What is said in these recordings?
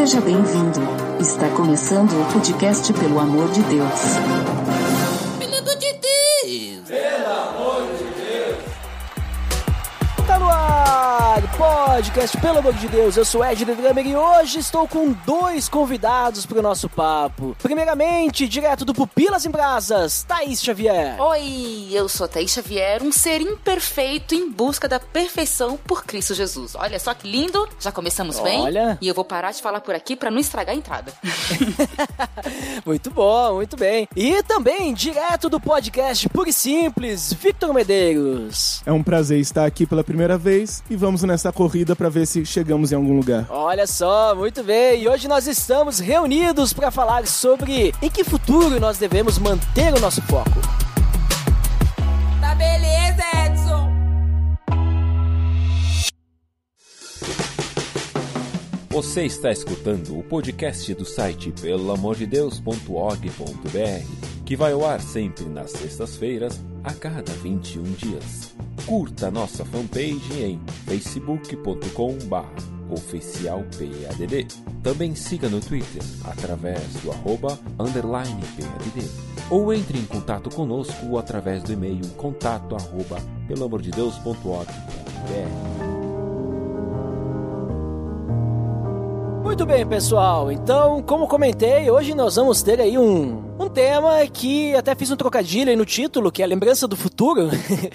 Seja bem-vindo. Está começando o podcast Pelo Amor de Deus. Pelo amor de Deus! Pelo amor de Deus! Tá no ar, podcast Pelo Amor de Deus. Eu sou Ed The Drummer e hoje estou com dois convidados para o nosso papo. Primeiramente, direto do Pupilas em Brasas, Thaís Xavier. Oi, eu sou Thaís Xavier, um ser imperfeito em busca da perfeição por Cristo Jesus. Olha só que lindo, já começamos bem. Olha. E eu vou parar de falar por aqui para não estragar a entrada. Muito bom, muito bem. E também, direto do podcast Puro e Simples, Victor Medeiros. É um prazer estar aqui pela primeira vez e vamos nessa corrida para ver se chegamos em algum lugar. Olha só, muito bem. E hoje nós estamos reunidos para falar sobre em que futuro nós devemos manter o nosso foco. Tá beleza, Edson. Você está escutando o podcast do site pelamordedeus.org.br, que vai ao ar sempre nas sextas-feiras, a cada 21 dias. Curta nossa fanpage em facebook.com/oficialpadd. Também siga no Twitter, através do @_PADD. Ou entre em contato conosco através do e-mail contato@pelamordedeus.org.br. Muito bem, pessoal. Então, como comentei, hoje nós vamos ter aí um tema que até fiz um trocadilho aí no título, que é a lembrança do futuro.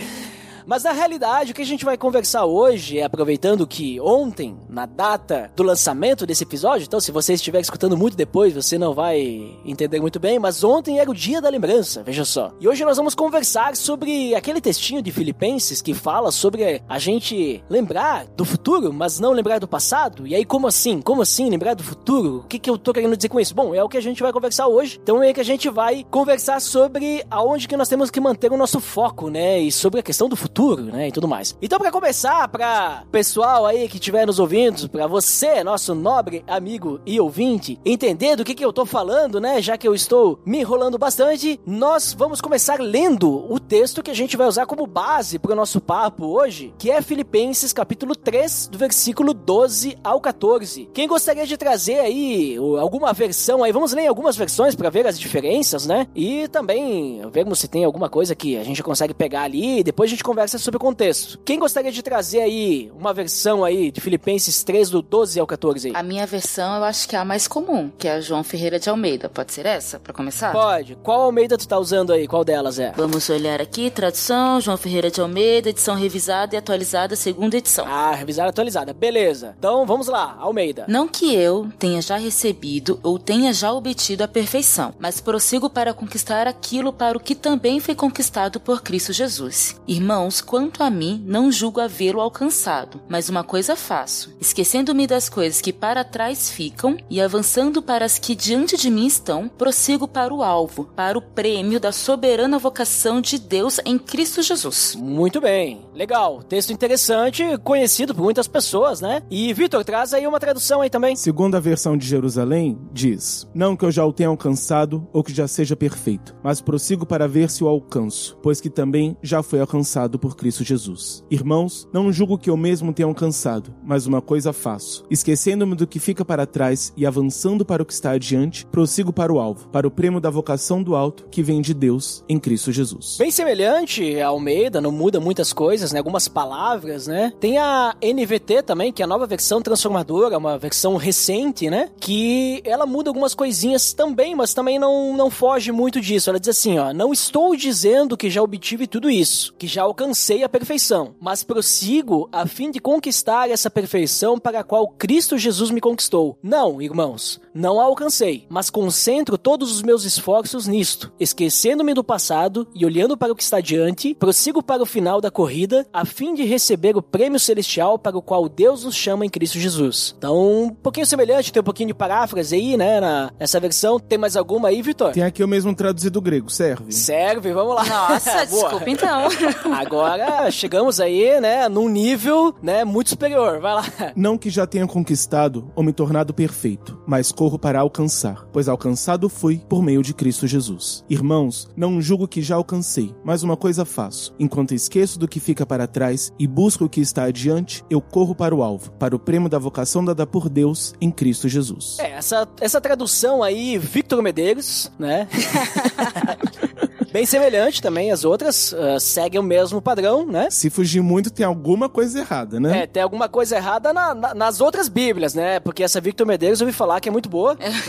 Mas na realidade, o que a gente vai conversar hoje é, aproveitando que ontem, na data do lançamento desse episódio, então se você estiver escutando muito depois, você não vai entender muito bem, mas ontem era o dia da lembrança, veja só. E hoje nós vamos conversar sobre aquele textinho de Filipenses que fala sobre a gente lembrar do futuro, mas não lembrar do passado. E aí, como assim? Como assim lembrar do futuro? O que eu tô querendo dizer com isso? Bom, é o que a gente vai conversar hoje. Então é que a gente vai conversar sobre aonde que nós temos que manter o nosso foco, né? E sobre a questão do futuro, né, e tudo mais. Então, para começar, para pessoal aí que estiver nos ouvindo, para você, nosso nobre amigo e ouvinte, entender do que eu tô falando, né, já que eu estou me enrolando bastante, nós vamos começar lendo o texto que a gente vai usar como base para o nosso papo hoje, que é Filipenses capítulo 3, do versículo 12 ao 14. Quem gostaria de trazer aí alguma versão aí, vamos ler em algumas versões para ver as diferenças, né, e também vermos se tem alguma coisa que a gente consegue pegar ali e depois a gente conversa sobre o contexto. Quem gostaria de trazer aí uma versão aí de Filipenses 3 do 12 ao 14 aí? A minha versão eu acho que é a mais comum, que é a João Ferreira de Almeida. Pode ser essa, pra começar? Pode. Qual Almeida tu tá usando aí? Qual delas é? Vamos olhar aqui, tradução, João Ferreira de Almeida, edição revisada e atualizada, segunda edição. Ah, revisada e atualizada. Beleza. Então, vamos lá. Almeida. Não que eu tenha já recebido ou tenha já obtido a perfeição, mas prossigo para conquistar aquilo para o que também foi conquistado por Cristo Jesus. Irmãos, quanto a mim, não julgo havê-lo alcançado, mas uma coisa faço, esquecendo-me das coisas que para trás ficam e avançando para as que diante de mim estão, prossigo para o alvo, para o prêmio da soberana vocação de Deus em Cristo Jesus. Muito bem, legal, texto interessante, conhecido por muitas pessoas, né? E Vitor, traz aí uma tradução aí também. Segundo a versão de Jerusalém, diz: não que eu já o tenha alcançado ou que já seja perfeito, mas prossigo para ver se o alcanço, pois que também já foi alcançado por Cristo Jesus. Irmãos, não julgo que eu mesmo tenha alcançado, mas uma coisa faço, esquecendo-me do que fica para trás e avançando para o que está adiante, prossigo para o alvo, para o prêmio da vocação do alto que vem de Deus em Cristo Jesus. Bem semelhante a Almeida, não muda muitas coisas, né? Algumas palavras, né? Tem a NVT também, que é a nova versão transformadora, uma versão recente, né? Que ela muda algumas coisinhas também, mas também não foge muito disso. Ela diz assim, ó: não estou dizendo que já obtive tudo isso, que já alcancei a perfeição, mas prossigo a fim de conquistar essa perfeição para a qual Cristo Jesus me conquistou. Não, irmãos, não a alcancei, mas concentro todos os meus esforços nisto, esquecendo-me do passado e olhando para o que está diante, prossigo para o final da corrida, a fim de receber o prêmio celestial para o qual Deus nos chama em Cristo Jesus. Então, um pouquinho semelhante, tem um pouquinho de paráfrase aí, né, nessa versão. Tem mais alguma aí, Vitor? Tem aqui eu mesmo traduzido do grego, serve? Serve, vamos lá. Nossa, desculpa então. agora chegamos aí, né, num nível, né, muito superior. Vai lá. Não que já tenha conquistado ou me tornado perfeito, mas corro para alcançar, pois alcançado fui por meio de Cristo Jesus. Irmãos, não julgo que já alcancei, mas uma coisa faço. Enquanto esqueço do que fica para trás e busco o que está adiante, eu corro para o alvo, para o prêmio da vocação dada por Deus em Cristo Jesus. Essa tradução aí, Victor Medeiros, né? Bem semelhante também às outras, seguem o mesmo padrão, né? Se fugir muito, tem alguma coisa errada, né? Tem alguma coisa errada nas outras bíblias, né? Porque essa Victor Medeiros eu ouvi falar que é muito boa. Né?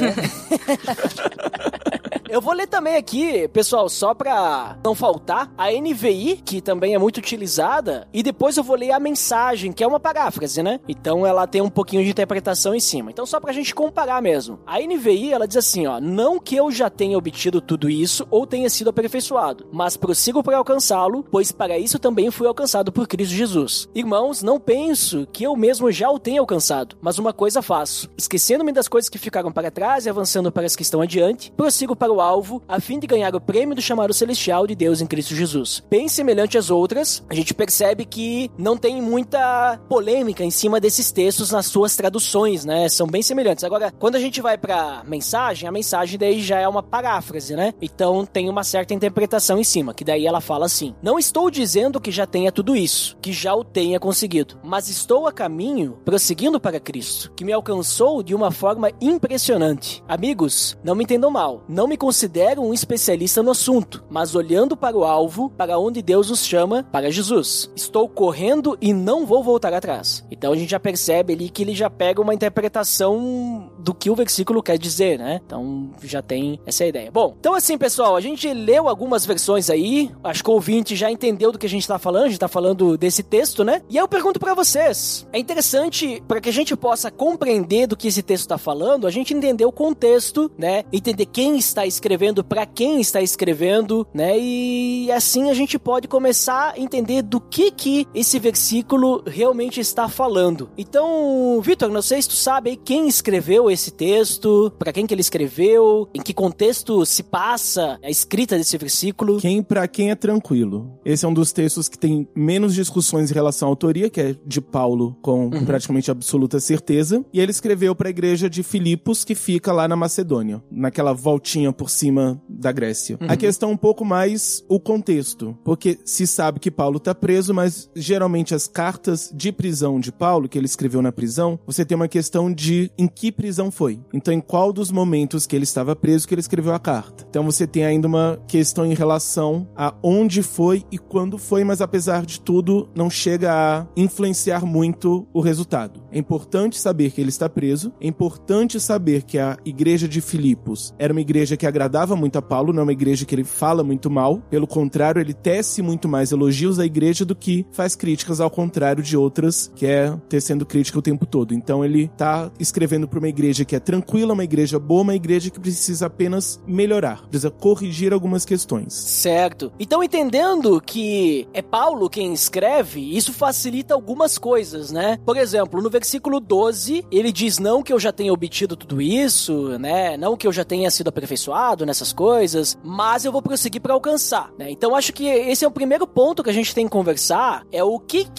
Eu vou ler também aqui, pessoal, só pra não faltar, a NVI, que também é muito utilizada, e depois eu vou ler a mensagem, que é uma paráfrase, né? Então ela tem um pouquinho de interpretação em cima. Então só pra gente comparar mesmo. A NVI, ela diz assim, ó, não que eu já tenha obtido tudo isso ou tenha sido aperfeiçoado, mas prossigo para alcançá-lo, pois para isso também fui alcançado por Cristo Jesus. Irmãos, não penso que eu mesmo já o tenha alcançado, mas uma coisa faço, esquecendo-me das coisas que ficaram para trás e avançando para as que estão adiante, prossigo para o alvo, a fim de ganhar o prêmio do chamado celestial de Deus em Cristo Jesus. Bem semelhante às outras, a gente percebe que não tem muita polêmica em cima desses textos nas suas traduções, né? São bem semelhantes. Agora, quando a gente vai pra mensagem, a mensagem daí já é uma paráfrase, né? Então tem uma certa interpretação em cima, que daí ela fala assim: não estou dizendo que já tenha tudo isso, que já o tenha conseguido, mas estou a caminho, prosseguindo para Cristo, que me alcançou de uma forma impressionante. Amigos, não me entendam mal, não me considero um especialista no assunto, mas olhando para o alvo, para onde Deus nos chama, para Jesus. Estou correndo e não vou voltar atrás. Então a gente já percebe ali que ele já pega uma interpretação do que o versículo quer dizer, né? Então já tem essa ideia. Bom, então assim, pessoal, a gente leu algumas versões aí, acho que o ouvinte já entendeu do que a gente tá falando, a gente tá falando desse texto, né? E aí eu pergunto pra vocês, é interessante, para que a gente possa compreender do que esse texto tá falando, a gente entender o contexto, né? Entender quem está escrevendo, pra quem está escrevendo, né? E assim a gente pode começar a entender do que esse versículo realmente está falando. Então, Vitor, não sei se tu sabe aí quem escreveu esse texto, pra quem que ele escreveu, em que contexto se passa a escrita desse versículo. Pra quem é tranquilo. Esse é um dos textos que tem menos discussões em relação à autoria, que é de Paulo com praticamente absoluta certeza, e ele escreveu pra igreja de Filipos, que fica lá na Macedônia, naquela voltinha por cima da Grécia. A questão é um pouco mais o contexto, porque se sabe que Paulo tá preso, mas geralmente as cartas de prisão de Paulo, que ele escreveu na prisão, você tem uma questão de em que prisão foi. Então, em qual dos momentos que ele estava preso que ele escreveu a carta. Então, você tem ainda uma questão em relação a onde foi e quando foi, mas apesar de tudo, não chega a influenciar muito o resultado. É importante saber que ele está preso, é importante saber que a igreja de Filipos era uma igreja que agradava muito a Paulo, não é uma igreja que ele fala muito mal, pelo contrário, ele tece muito mais elogios à igreja do que faz críticas, ao contrário de outras, que é tecendo crítica o tempo todo. Então ele tá escrevendo para uma igreja que é tranquila, uma igreja boa, uma igreja que precisa apenas melhorar, precisa corrigir algumas questões. Certo. Então, entendendo que é Paulo quem escreve, isso facilita algumas coisas, né? Por exemplo, no versículo 12, ele diz não que eu já tenha obtido tudo isso, né? Não que eu já tenha sido aperfeiçoado nessas coisas, mas eu vou prosseguir para alcançar, né? Então, acho que esse é o primeiro ponto que a gente tem que conversar, é o que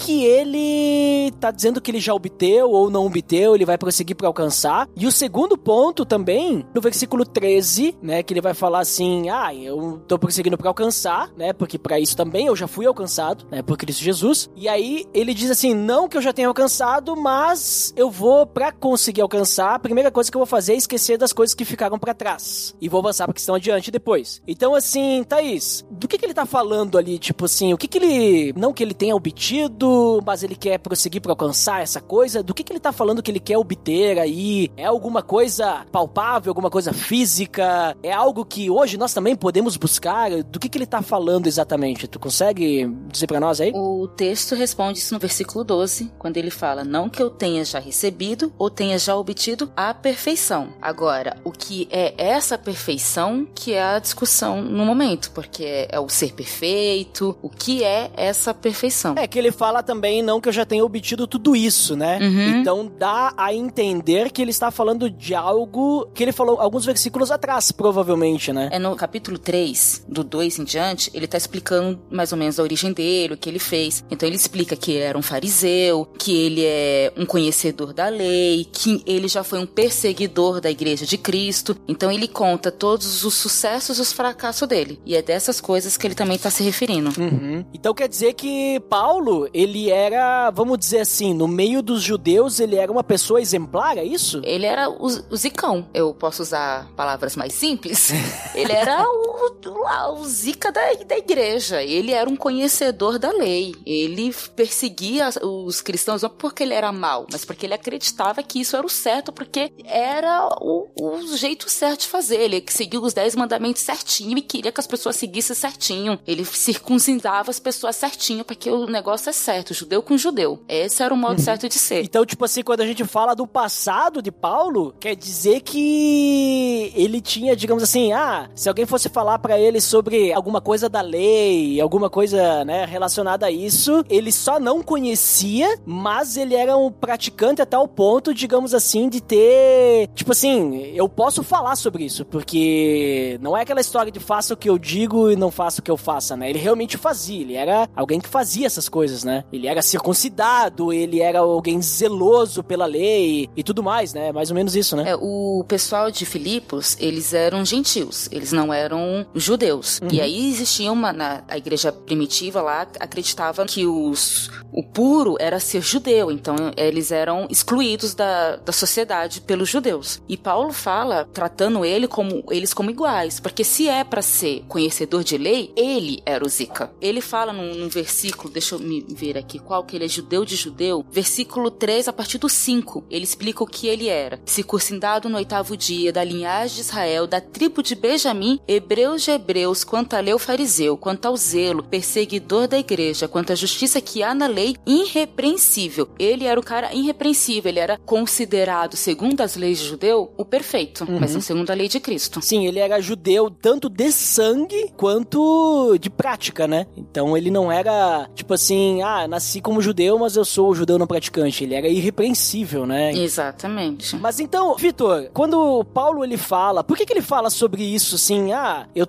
ele tá dizendo que ele já obteu ou não obteu, ele vai prosseguir para alcançar. E o segundo ponto também, no versículo 13, né, que ele vai falar assim, eu tô prosseguindo para alcançar, né, porque para isso também eu já fui alcançado, né, por Cristo Jesus. E aí ele diz assim, não que eu já tenha alcançado, mas eu vou, para conseguir alcançar, a primeira coisa que eu vou fazer é esquecer das coisas que ficaram para trás e vou avançar para que estão adiante depois. Então assim, Thaís, do que ele tá falando ali, tipo assim, o que ele, não que ele tenha obtido, mas ele quer prosseguir para alcançar essa coisa, do que ele tá falando que ele quer obter aí? É alguma coisa palpável, alguma coisa física? É algo que hoje nós também podemos buscar? Do que ele tá falando exatamente? Tu consegue dizer pra nós aí? O texto responde isso no versículo 12, quando ele fala, não que eu tenha já recebido ou tenha já obtido a perfeição. Agora, o que é essa perfeição que é a discussão no momento, porque é o ser perfeito, o que é essa perfeição. É que ele fala também, não que eu já tenha obtido tudo isso, né? Então dá a entender que ele está falando de algo que ele falou alguns versículos atrás, provavelmente, né? É no capítulo 3, do 2 em diante, ele tá explicando mais ou menos a origem dele, o que ele fez. Então ele explica que ele era um fariseu, que ele é um conhecedor da lei, que ele já foi um perseguidor da igreja de Cristo. Então ele conta todos os sucessos e os fracassos dele. E é dessas coisas que ele também tá se referindo. Então quer dizer que Paulo, ele era, vamos dizer assim, no meio dos judeus, ele era uma pessoa exemplar, é isso? Ele era o zicão. Eu posso usar palavras mais simples? Ele era o zica da igreja. Ele era um conhecedor da lei. Ele perseguia os cristãos não porque ele era mau, mas porque ele acreditava que isso era o certo, porque era o jeito certo de fazer. Ele seguiu os 10 mandamentos certinho e queria que as pessoas seguissem certinho. Ele circuncidava as pessoas certinho, porque o negócio é certo, judeu com judeu. Esse era o modo certo de ser. Então, tipo assim, quando a gente fala do passado de Paulo, quer dizer que ele tinha, digamos assim, se alguém fosse falar pra ele sobre alguma coisa da lei, alguma coisa, né, relacionada a isso, ele só não conhecia, mas ele era um praticante até o ponto, digamos assim, de ter, tipo assim, eu posso falar sobre isso, porque não é aquela história de faça o que eu digo e não faça o que eu faça, né? Ele realmente fazia, ele era alguém que fazia essas coisas, né? Ele era circuncidado, ele era alguém zeloso pela lei e tudo mais, né? Mais ou menos isso, né? O pessoal de Filipos, eles eram gentios, eles não eram judeus. E aí existia a igreja primitiva lá, acreditava que o puro era ser judeu, então eles eram excluídos da sociedade pelos judeus. E Paulo fala, tratando eles como iguais, porque se é pra ser conhecedor de lei, ele era o zica. Ele fala num versículo, deixa eu me ver aqui qual que ele é, judeu de judeu, versículo 3, a partir do 5, ele explica o que ele era. Circuncidado no 8º dia, da linhagem de Israel, da tribo de Benjamim, hebreus de hebreus, quanto a lei o fariseu, quanto ao zelo, perseguidor da igreja, quanto à justiça que há na lei, irrepreensível. Ele era o cara irrepreensível, ele era considerado, segundo as leis de judeu, o perfeito, mas não segundo a lei de Cristo. Sim, ele era judeu tanto de sangue quanto de prática, né? Então ele não era, tipo assim, nasci como judeu, mas eu sou judeu não praticante. Ele era irrepreensível, né? Exatamente. Mas então, Vitor, quando Paulo ele fala, por que ele fala sobre isso, assim, eu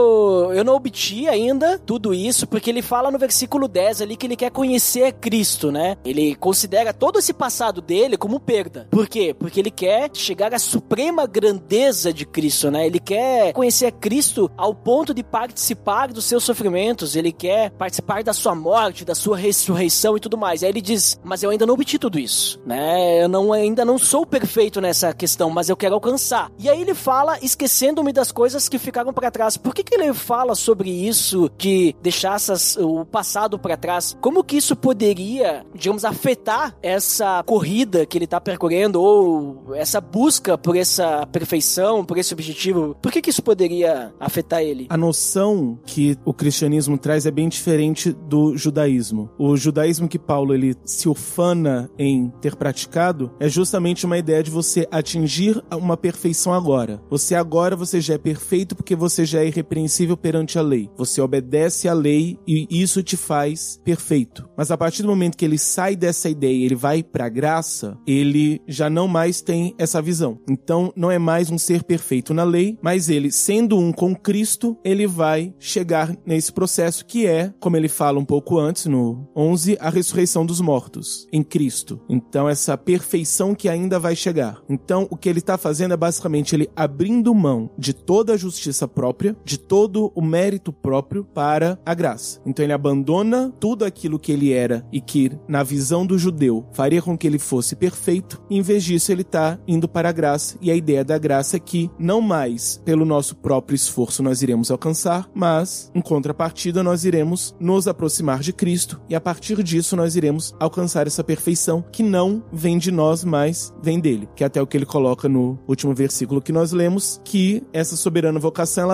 não obti ainda tudo isso, porque ele fala no versículo 10 ali que ele quer conhecer Cristo, né? Ele considera todo esse passado dele como perda. Por quê? Porque ele quer chegar à suprema grandeza de Cristo, né? Ele quer conhecer Cristo ao ponto de participar dos seus sofrimentos, ele quer participar da sua morte, da sua ressurreição e tudo mais. Aí ele diz, mas eu ainda não obti tudo isso, né? Eu ainda não sou perfeito nessa questão, mas eu quero alcançar. E aí ele fala, esquecendo-me das coisas que ficaram para trás. Por que ele fala sobre isso, de deixar o passado para trás? Como que isso poderia, digamos, afetar essa corrida que ele tá percorrendo, ou essa busca por essa perfeição, por esse objetivo? Por que isso poderia afetar ele? A noção que o cristianismo traz é bem diferente do judaísmo. O judaísmo que Paulo ele se ufana em ter praticado é justamente uma ideia de você atingir uma perfeição agora. Você já é perfeito porque você já é irrepreensível perante a lei. Você obedece à lei e isso te faz perfeito. Mas a partir do momento que ele sai dessa ideia e ele vai pra graça, ele já não mais tem essa visão. Então não é mais um ser perfeito na lei, mas ele, sendo um com Cristo, ele vai chegar nesse processo que é, como ele fala um pouco antes, no 11, a ressurreição dos mortos em Cristo. Então essa perfeição que ainda vai chegar. Então o que ele está fazendo é basicamente ele abrindo mão de toda a justiça própria, de todo o mérito próprio para a graça. Então ele abandona tudo aquilo que ele era e que, na visão do judeu, faria com que ele fosse perfeito, e em vez disso ele está indo para a graça, e a ideia da graça é que não mais pelo nosso próprio esforço nós iremos alcançar, mas em contrapartida nós iremos nos aproximar de Cristo, e a partir disso nós iremos alcançar essa perfeição que não vem de nós, mas vem dele, que é até o que ele coloca no último versículo que nós lemos, que essa soberana vocação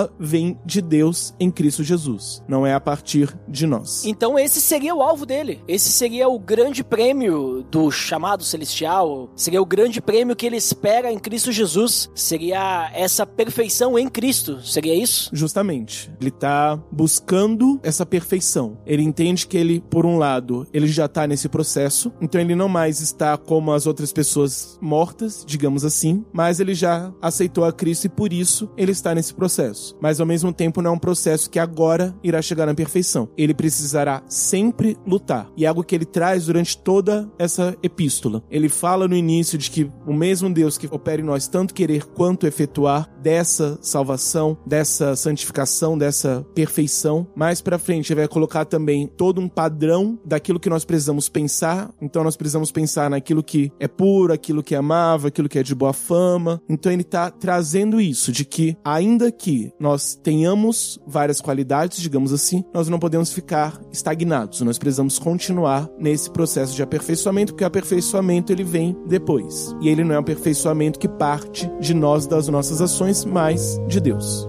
ela vem de Deus em Cristo Jesus, não é a partir de nós. Então esse seria o alvo dele, esse seria o grande prêmio do chamado celestial, seria o grande prêmio que ele espera em Cristo Jesus, seria essa perfeição em Cristo, seria isso? Justamente, ele está buscando essa perfeição, ele entende que ele, por um lado, ele já está nesse processo, então ele não mais está como as outras pessoas mortas, digamos assim, mas ele já aceitou a Cristo e por isso ele está nesse processo, mas ao mesmo tempo não é um processo que agora irá chegar na perfeição, ele precisará sempre lutar, e é algo que ele traz durante toda essa epístola. Ele fala no início de que o mesmo Deus que opera em nós tanto querer quanto efetuar dessa salvação, dessa santificação, dessa perfeição, mais pra frente ele vai colocar também todo um padrão daquilo que nós precisamos pensar, então nós precisamos pensar naquilo que é puro, aquilo que é amável, aquilo que é de boa fama, então ele tá trazendo isso, de que ainda que nós tenhamos várias qualidades, digamos assim, nós não podemos ficar estagnados, nós precisamos continuar nesse processo de aperfeiçoamento, porque o aperfeiçoamento ele vem depois, e ele não é um aperfeiçoamento que parte de nós, das nossas ações, mas de Deus.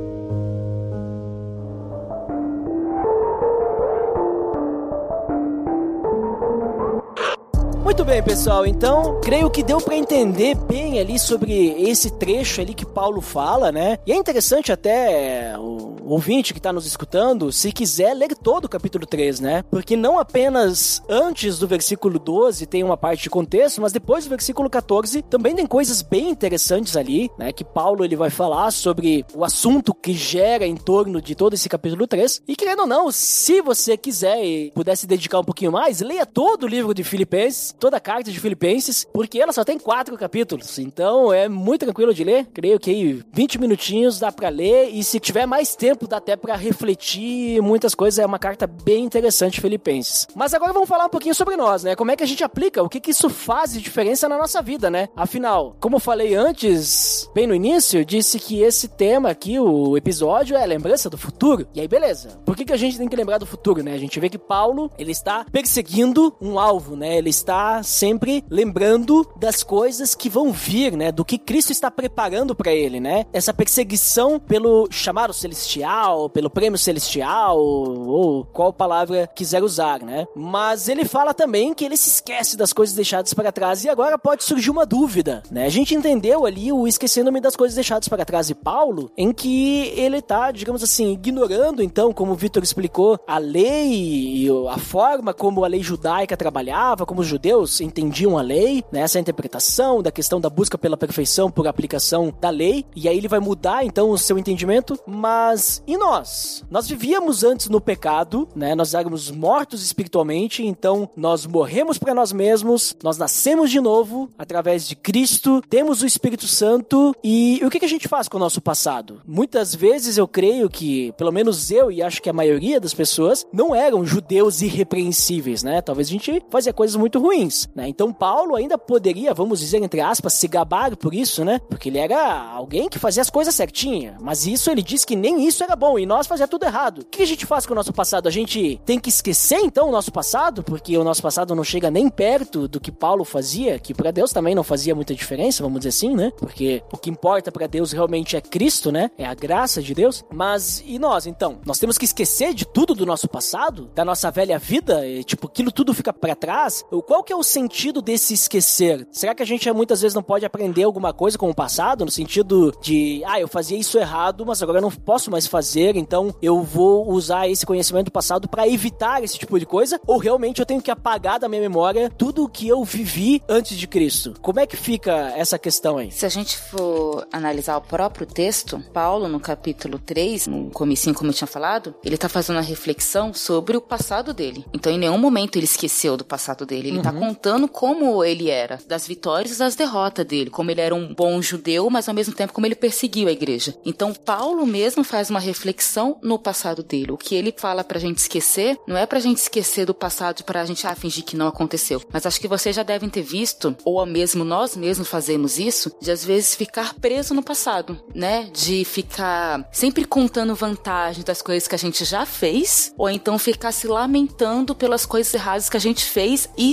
Muito bem, pessoal, então creio que deu pra entender bem ali sobre esse trecho ali que Paulo fala, né? E é interessante até o ouvinte que tá nos escutando, se quiser ler todo o capítulo 3, né? Porque não apenas antes do versículo 12 tem uma parte de contexto, mas depois do versículo 14 também tem coisas bem interessantes ali, né? Que Paulo ele vai falar sobre o assunto que gera em torno de todo esse capítulo 3. E querendo ou não, se você quiser e puder se dedicar um pouquinho mais, leia todo o livro de Filipenses, toda a carta de Filipenses, porque ela só tem 4 capítulos, então é muito tranquilo de ler, creio que 20 minutinhos dá pra ler, e se tiver mais tempo dá até pra refletir muitas coisas, é uma carta bem interessante, Filipenses. Mas agora vamos falar um pouquinho sobre nós, né, como é que a gente aplica, o que isso faz de diferença na nossa vida, né, afinal, como eu falei antes, bem no início, eu disse que esse tema aqui, o episódio, é lembrança do futuro, e aí beleza, por que a gente tem que lembrar do futuro, né, a gente vê que Paulo, ele está perseguindo um alvo, né, ele está sempre lembrando das coisas que vão vir, né? Do que Cristo está preparando para ele, né? Essa perseguição pelo chamado celestial, pelo prêmio celestial, ou qual palavra quiser usar, né? Mas ele fala também que ele se esquece das coisas deixadas para trás, e agora pode surgir uma dúvida, né? A gente entendeu ali o esquecendo-me das coisas deixadas para trás de Paulo, em que ele tá, digamos assim, ignorando, então, como o Vitor explicou, a lei, a forma como a lei judaica trabalhava, como os judeus entendiam a lei, né, essa interpretação da questão da busca pela perfeição por aplicação da lei, e aí ele vai mudar então o seu entendimento, mas e nós? Nós vivíamos antes no pecado, né, nós éramos mortos espiritualmente, então nós morremos para nós mesmos, nós nascemos de novo através de Cristo, temos o Espírito Santo, e o que a gente faz com o nosso passado? Muitas vezes eu creio que, pelo menos eu e acho que a maioria das pessoas, não eram judeus irrepreensíveis, né, talvez a gente fazia coisas muito ruins, né? Então Paulo ainda poderia, vamos dizer entre aspas, se gabar por isso, né? Porque ele era alguém que fazia as coisas certinha, mas isso ele disse que nem isso era bom e nós fazia tudo errado. O que a gente faz com o nosso passado? A gente tem que esquecer então o nosso passado, porque o nosso passado não chega nem perto do que Paulo fazia, que para Deus também não fazia muita diferença, vamos dizer assim, né? Porque o que importa para Deus realmente é Cristo, né? É a graça de Deus. Mas e nós então? Nós temos que esquecer de tudo do nosso passado, da nossa velha vida, e, tipo, aquilo tudo fica para trás? Qual que é o sentido desse esquecer? Será que a gente muitas vezes não pode aprender alguma coisa com o passado, no sentido de, eu fazia isso errado, mas agora eu não posso mais fazer, então eu vou usar esse conhecimento do passado para evitar esse tipo de coisa? Ou realmente eu tenho que apagar da minha memória tudo o que eu vivi antes de Cristo? Como é que fica essa questão aí? Se a gente for analisar o próprio texto, Paulo, no capítulo 3, no comecinho, como eu tinha falado, ele tá fazendo uma reflexão sobre o passado dele. Então, em nenhum momento ele esqueceu do passado dele. Ele tá contando como ele era, das vitórias e das derrotas dele, como ele era um bom judeu, mas ao mesmo tempo como ele perseguiu a igreja. Então Paulo mesmo faz uma reflexão no passado dele. O que ele fala pra gente esquecer, não é pra gente esquecer do passado pra gente fingir que não aconteceu. Mas acho que vocês já devem ter visto, ou mesmo nós mesmos fazemos isso, de às vezes ficar preso no passado, né? De ficar sempre contando vantagem das coisas que a gente já fez, ou então ficar se lamentando pelas coisas erradas que a gente fez e esquecer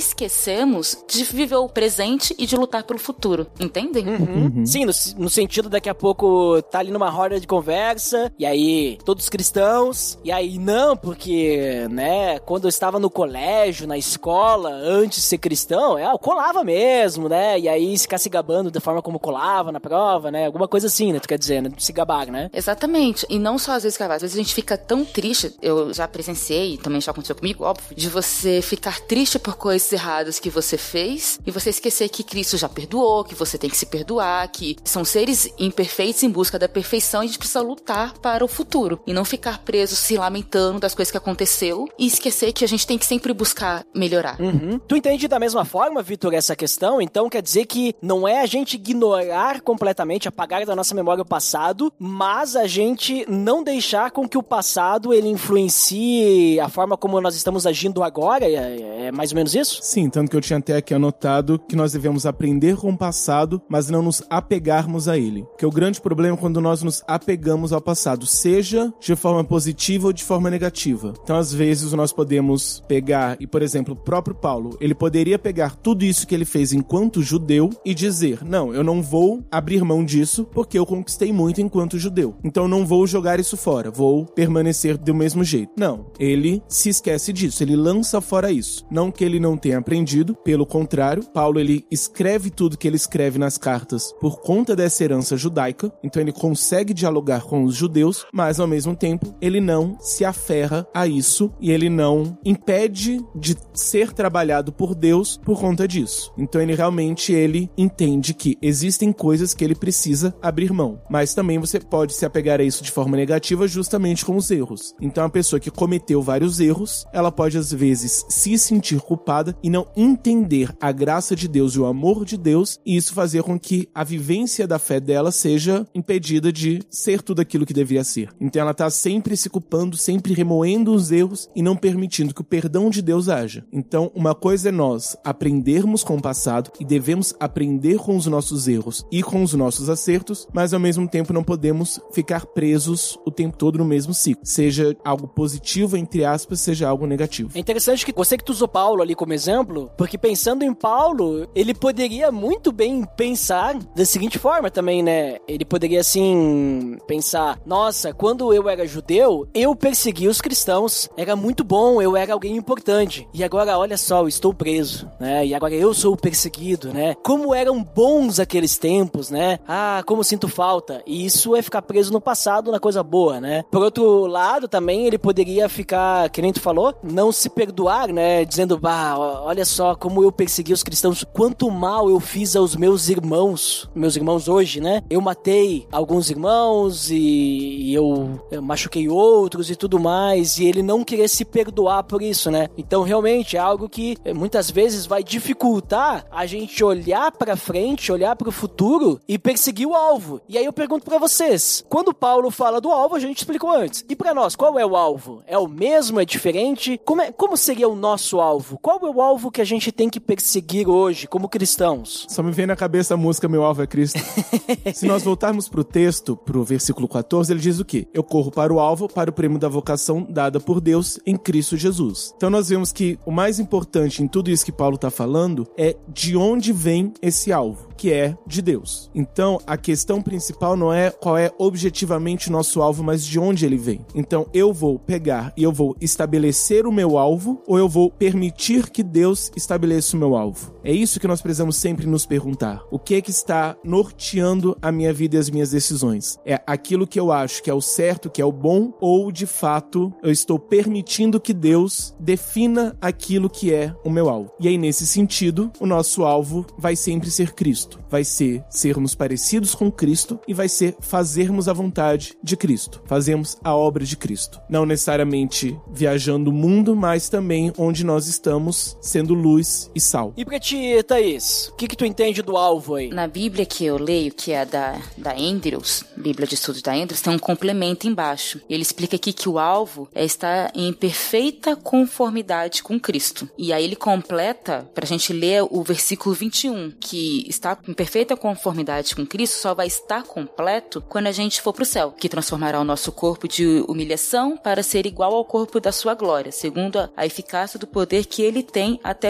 esquecemos de viver o presente e de lutar pelo futuro. Entendem? Sim, no sentido daqui a pouco tá ali numa roda de conversa, e aí todos cristãos, e aí não, porque, né, quando eu estava no colégio, na escola, antes de ser cristão, eu colava mesmo, né, e aí ficar se gabando da forma como colava na prova, né, alguma coisa assim, né, tu quer dizer, né, se gabar, né? Exatamente, e não só às vezes gabar, às vezes a gente fica tão triste, eu já presenciei, também já aconteceu comigo, óbvio, de você ficar triste por coisas erradas que você fez, e você esquecer que Cristo já perdoou, que você tem que se perdoar, que são seres imperfeitos em busca da perfeição e a gente precisa lutar para o futuro, e não ficar preso se lamentando das coisas que aconteceu e esquecer que a gente tem que sempre buscar melhorar. Tu entende da mesma forma, Vitor, essa questão? Então quer dizer que não é a gente ignorar completamente, apagar da nossa memória o passado, mas a gente não deixar com que o passado ele influencie a forma como nós estamos agindo agora? É mais ou menos isso? Sim, tanto que eu tinha até aqui anotado que nós devemos aprender com o passado, mas não nos apegarmos a ele. Porque o grande problema é quando nós nos apegamos ao passado, seja de forma positiva ou de forma negativa. Então, às vezes, nós podemos pegar, e por exemplo, o próprio Paulo, ele poderia pegar tudo isso que ele fez enquanto judeu e dizer, não, eu não vou abrir mão disso porque eu conquistei muito enquanto judeu. Então, eu não vou jogar isso fora, vou permanecer do mesmo jeito. Não, ele se esquece disso, ele lança fora isso. Não que ele não tenha aprendido, pelo contrário, Paulo, ele escreve tudo que ele escreve nas cartas por conta dessa herança judaica, então ele consegue dialogar com os judeus, mas ao mesmo tempo, ele não se aferra a isso e ele não impede de ser trabalhado por Deus por conta disso. Então ele realmente, ele entende que existem coisas que ele precisa abrir mão, mas também você pode se apegar a isso de forma negativa justamente com os erros. Então a pessoa que cometeu vários erros, ela pode às vezes se sentir culpada e não entender a graça de Deus e o amor de Deus, e isso fazer com que a vivência da fé dela seja impedida de ser tudo aquilo que deveria ser. Então ela tá sempre se culpando, sempre remoendo os erros e não permitindo que o perdão de Deus haja. Então uma coisa é nós aprendermos com o passado e devemos aprender com os nossos erros e com os nossos acertos, mas ao mesmo tempo não podemos ficar presos o tempo todo no mesmo ciclo. Seja algo positivo, entre aspas, seja algo negativo. É interessante que você que tu usou Paulo ali como exemplo, porque pensando em Paulo, ele poderia muito bem pensar da seguinte forma também, né? Ele poderia assim pensar, nossa, quando eu era judeu, eu persegui os cristãos, era muito bom, eu era alguém importante, e agora olha só, eu estou preso, né? E agora eu sou o perseguido, né? Como eram bons aqueles tempos, né? Ah, como sinto falta. E isso é ficar preso no passado, na coisa boa, né? Por outro lado, também ele poderia ficar, que nem tu falou, não se perdoar, né? Dizendo, olha só como eu persegui os cristãos, quanto mal eu fiz aos meus irmãos hoje, né? Eu matei alguns irmãos e eu machuquei outros e tudo mais, e ele não querer se perdoar por isso, né? Então realmente é algo que muitas vezes vai dificultar a gente olhar pra frente, olhar pro futuro e perseguir o alvo. E aí eu pergunto pra vocês, quando Paulo fala do alvo, a gente explicou antes. E pra nós, qual é o alvo? É o mesmo? É diferente? Como seria o nosso alvo? Qual é o alvo que a gente tem que perseguir hoje, como cristãos? Só me vem na cabeça a música Meu Alvo é Cristo. Se nós voltarmos pro texto, pro versículo 14, ele diz o quê? Eu corro para o alvo, para o prêmio da vocação dada por Deus em Cristo Jesus. Então nós vemos que o mais importante em tudo isso que Paulo está falando é de onde vem esse alvo, que é de Deus. Então a questão principal não é qual é objetivamente o nosso alvo, mas de onde ele vem. Então eu vou pegar e eu vou estabelecer o meu alvo, ou eu vou permitir que Deus estabeleça o meu alvo? É isso que nós precisamos sempre nos perguntar. O que é que está norteando a minha vida e as minhas decisões? É aquilo que eu acho que é o certo, que é o bom, ou de fato eu estou permitindo que Deus defina aquilo que é o meu alvo? E aí nesse sentido, o nosso alvo vai sempre ser Cristo. Vai ser sermos parecidos com Cristo e vai ser fazermos a vontade de Cristo. Fazermos a obra de Cristo. Não necessariamente viajando o mundo, mas também onde nós estamos sendo luz e sal. E pra ti, Thaís, o que tu entende do alvo aí? Na Bíblia que eu leio, que é da Andrews, Bíblia de Estudos da Andrews, tem um complemento embaixo. Ele explica aqui que o alvo é estar em perfeita conformidade com Cristo. E aí ele completa, pra gente ler o versículo 21, que está em perfeita conformidade com Cristo só vai estar completo quando a gente for pro céu, que transformará o nosso corpo de humilhação para ser igual ao corpo da sua glória, segundo a eficácia do poder que ele tem até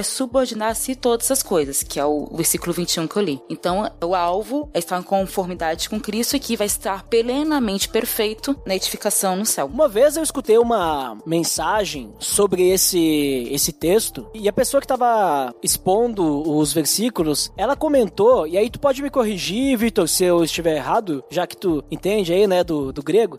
subordinar a si todas as coisas, que é o versículo 21 que eu li. Então, o alvo é estar em conformidade com Cristo e que vai estar plenamente perfeito na edificação no céu. Uma vez eu escutei uma mensagem sobre esse texto, e a pessoa que estava expondo os versículos, ela comentou, e aí tu pode me corrigir, Vitor, se eu estiver errado, já que tu entende aí, né, do grego.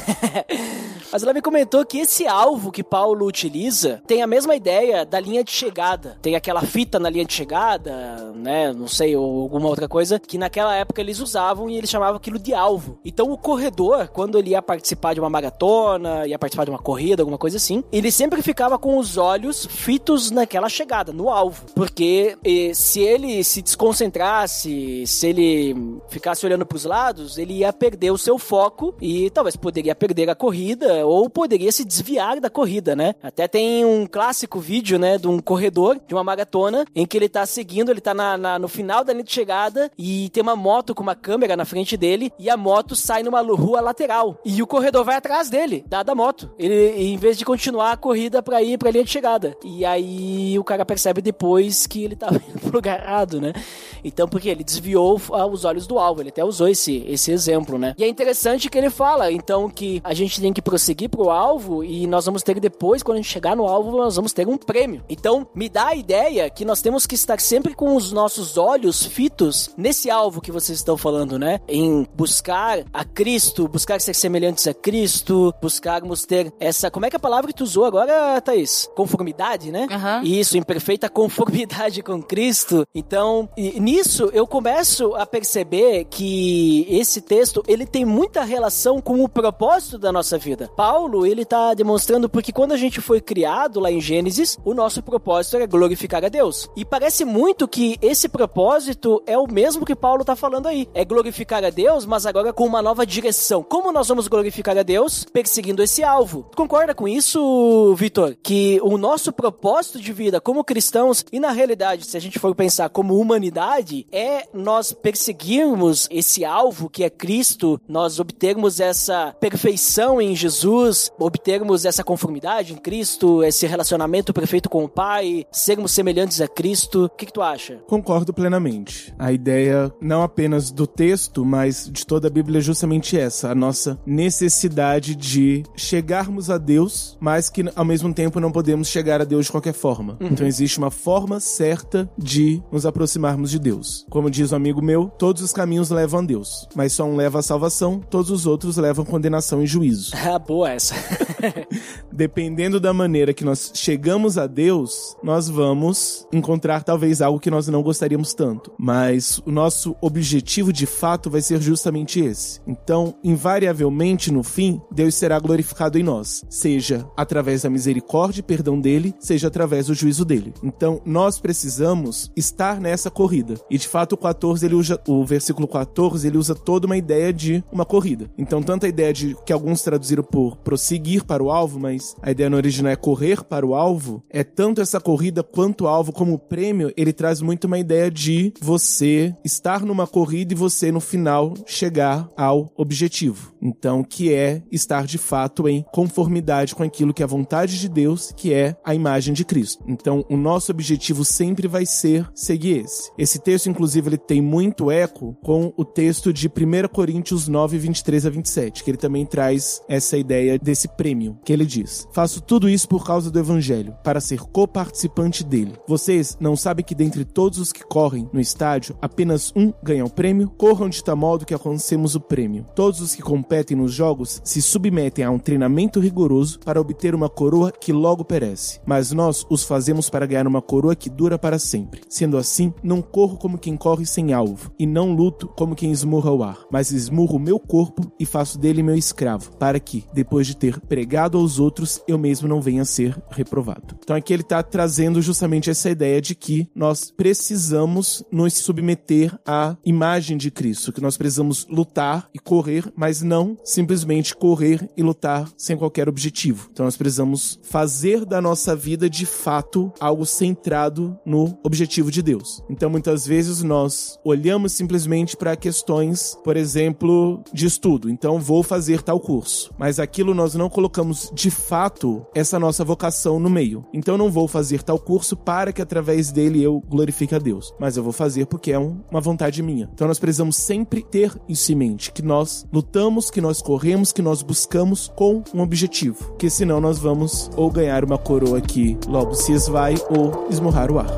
Mas ela me comentou que esse alvo que Paulo utiliza tem a mesma ideia da linha de chegada. Tem aquela fita na linha de chegada, né, não sei, ou alguma outra coisa, que naquela época eles usavam e eles chamavam aquilo de alvo. Então o corredor, quando ele ia participar de uma maratona, ia participar de uma corrida, alguma coisa assim, ele sempre ficava com os olhos fitos naquela chegada, no alvo. Porque se ele se desconcentrasse, se ele ficasse olhando para os lados, ele ia perder o seu foco e talvez poderia perder a corrida ou poderia se desviar da corrida, né? Até tem um clássico vídeo, né, de um corredor de uma maratona em que ele tá seguindo, ele tá no final da linha de chegada e tem uma moto com uma câmera na frente dele e a moto sai numa rua lateral e o corredor vai atrás dele, da moto. Ele, em vez de continuar a corrida pra ir pra linha de chegada. E aí o cara percebe depois que ele tava indo pro lugar errado, né? Então, porque ele desviou os olhos do alvo, ele até usou esse exemplo, né? E é interessante que ele fala, então, que a gente tem que prosseguir pro alvo e nós vamos ter depois, quando a gente chegar no alvo, nós vamos ter um prêmio. Então, me dá a ideia que nós temos que estar sempre com os nossos olhos fitos nesse alvo que vocês estão falando, né? Em buscar a Cristo, buscar ser semelhantes a Cristo, buscarmos ter essa... Como é que é a palavra que tu usou agora, Thaís? Conformidade, né? Uhum. Isso, em perfeita conformidade com Cristo. Então, nisso eu começo a perceber que esse texto, ele tem muita relação com o propósito da nossa vida. Paulo, ele tá demonstrando porque quando a gente foi criado lá em Gênesis, o nosso propósito era glorificar a Deus. E parece muito que esse propósito é o mesmo que Paulo tá falando aí. É glorificar a Deus, mas agora com uma nova direção. Como nós vamos glorificar a Deus? Perseguindo esse alvo. Tu concorda com isso, Vitor? Que o nosso propósito de vida como cristãos, e na realidade, se a gente for pensar como humanidade, é nós perseguirmos esse alvo que é Cristo, nós obtermos essa perfeição em Jesus, obtermos essa conformidade em Cristo, esse relacionamento perfeito com o Pai, sermos semelhantes a Cristo. O que tu acha? Concordo plenamente. A ideia não apenas do texto, mas de toda a Bíblia é justamente essa, a nossa necessidade de chegarmos a Deus, mas que ao mesmo tempo não podemos chegar a Deus de qualquer forma. Então existe uma forma certa de nos aproximarmos de Deus. Como diz um amigo meu, todos os caminhos levam a Deus, mas só um leva à salvação, todos os outros levam a condenação e juízo. Ah, boa essa. Dependendo da maneira que nós chegamos a Deus, nós vamos encontrar talvez algo que nós não gostaríamos tanto. Mas o nosso objetivo de fato vai ser justamente esse. Então, invariavelmente, no fim, Deus será glorificado em nós. Seja através da misericórdia e perdão dele, seja através do juízo dele. Então, nós precisamos estar nessa corrida. E de fato, o versículo 14, ele usa toda uma ideia de uma corrida. Então, tanto a ideia de que alguns traduziram por prosseguir para o alvo, mas a ideia no original é correr para o alvo, é tanto essa corrida quanto o alvo como o prêmio, ele traz muito uma ideia de você estar numa corrida e você no final chegar ao objetivo. Então, que é estar de fato em conformidade com aquilo que é a vontade de Deus, que é a imagem de Cristo. Então, o nosso objetivo sempre vai ser seguir esse. Esse texto, inclusive, ele tem muito eco com o texto de 1 Coríntios 9, 23 a 27, que ele também traz essa ideia desse prêmio, que ele diz: faço tudo isso por causa do Evangelho, para ser coparticipante dele. Vocês não sabem que dentre todos os que correm no estádio, apenas um ganha o prêmio? Corram de tal modo que alcancemos o prêmio. Todos os que competem nos jogos se submetem a um treinamento rigoroso para obter uma coroa que logo perece. Mas nós os fazemos para ganhar uma coroa que dura para sempre. Sendo assim, não corro como quem corre sem alvo, e não luto como quem esmurra o ar, mas esmurro o meu corpo e faço dele meu escravo, para que, depois de ter pregado aos outros, eu mesmo não venha a ser reprovado. Então aqui ele está trazendo justamente essa ideia de que nós precisamos nos submeter à imagem de Cristo, que nós precisamos lutar e correr, mas não simplesmente correr e lutar sem qualquer objetivo. Então nós precisamos fazer da nossa vida de fato algo centrado no objetivo de Deus. Então muitas vezes nós olhamos simplesmente para questões, por exemplo, de estudo. Então vou fazer tal curso, mas aquilo nós não colocamos colocamos de fato essa nossa vocação no meio. Então eu não vou fazer tal curso para que através dele eu glorifique a Deus, mas eu vou fazer porque é uma vontade minha. Então nós precisamos sempre ter isso em mente, que nós lutamos, que nós corremos, que nós buscamos com um objetivo, porque senão nós vamos ou ganhar uma coroa que logo se esvai ou esmurrar o ar.